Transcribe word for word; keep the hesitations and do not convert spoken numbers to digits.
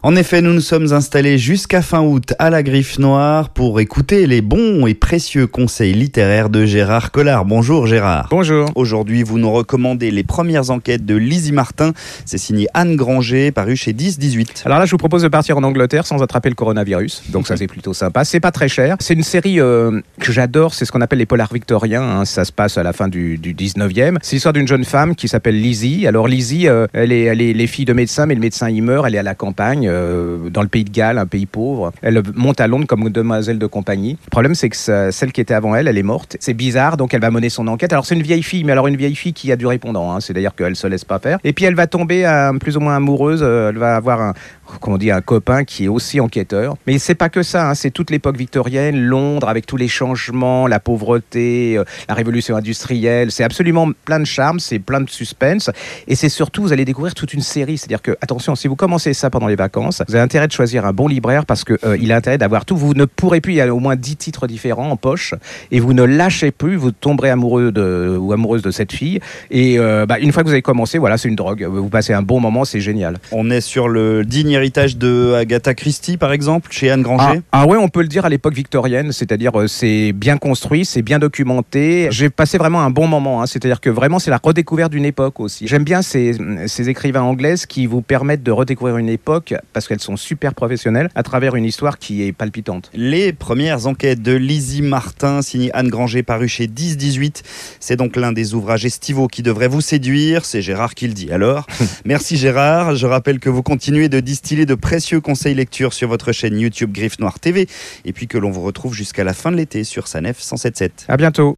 En effet, nous nous sommes installés jusqu'à fin août à la Griffe Noire pour écouter les bons et précieux conseils littéraires de Gérard Collard. Bonjour Gérard. Bonjour. Aujourd'hui, vous nous recommandez les premières enquêtes de Lizzie Martin. C'est signé Anne Granger, paru chez dix dix-huit. Alors là, je vous propose de partir en Angleterre sans attraper le coronavirus. Donc ça, c'est plutôt sympa. C'est pas très cher. C'est une série euh, que j'adore. C'est ce qu'on appelle les polars victoriens. Hein. Ça se passe à la fin du, du dix-neuvième. C'est l'histoire d'une jeune femme qui s'appelle Lizzie. Alors Lizzie, euh, elle, est, elle est les filles de médecins, mais le médecin il meurt. Elle est à la campagne. Euh, dans le pays de Galles, un pays pauvre. Elle monte à Londres comme demoiselle de compagnie. Le problème, c'est que ça, celle qui était avant elle, elle est morte. C'est bizarre, donc elle va mener son enquête. Alors, c'est une vieille fille, mais alors une vieille fille qui a du répondant. Hein. C'est-à-dire qu'elle se laisse pas faire. Et puis, elle va tomber euh, plus ou moins amoureuse. Euh, elle va avoir un, comment on dit, un copain qui est aussi enquêteur. Mais c'est pas que ça. Hein. C'est toute l'époque victorienne, Londres, avec tous les changements, la pauvreté, euh, la révolution industrielle. C'est absolument plein de charme, c'est plein de suspense. Et c'est surtout, vous allez découvrir toute une série. C'est-à-dire que, attention, si vous commencez ça pendant les vacances, vous avez intérêt de choisir un bon libraire parce qu'il euh, a intérêt d'avoir tout. Vous ne pourrez plus, il y a au moins dix titres différents en poche et vous ne lâchez plus, vous tomberez amoureux de, ou amoureuse de cette fille. Et euh, bah, une fois que vous avez commencé, voilà, c'est une drogue. Vous passez un bon moment, c'est génial. On est sur le digne héritage de Agatha Christie, par exemple, chez Anne Granger. Ah, ah ouais, on peut le dire à l'époque victorienne, c'est-à-dire euh, c'est bien construit, c'est bien documenté. J'ai passé vraiment un bon moment, hein, c'est-à-dire que vraiment c'est la redécouverte d'une époque aussi. J'aime bien ces, ces écrivains anglaises qui vous permettent de redécouvrir une époque parce qu'elles sont super professionnelles à travers une histoire qui est palpitante. Les premières enquêtes de Lizzie Martin, signée Anne Granger, paru chez dix dix-huit. C'est donc l'un des ouvrages estivaux qui devrait vous séduire. C'est Gérard qui le dit. Alors, merci Gérard. Je rappelle que vous continuez de distiller de précieux conseils lecture sur votre chaîne YouTube Griffe Noire T V et puis que l'on vous retrouve jusqu'à la fin de l'été sur Sanef cent sept virgule sept. À bientôt.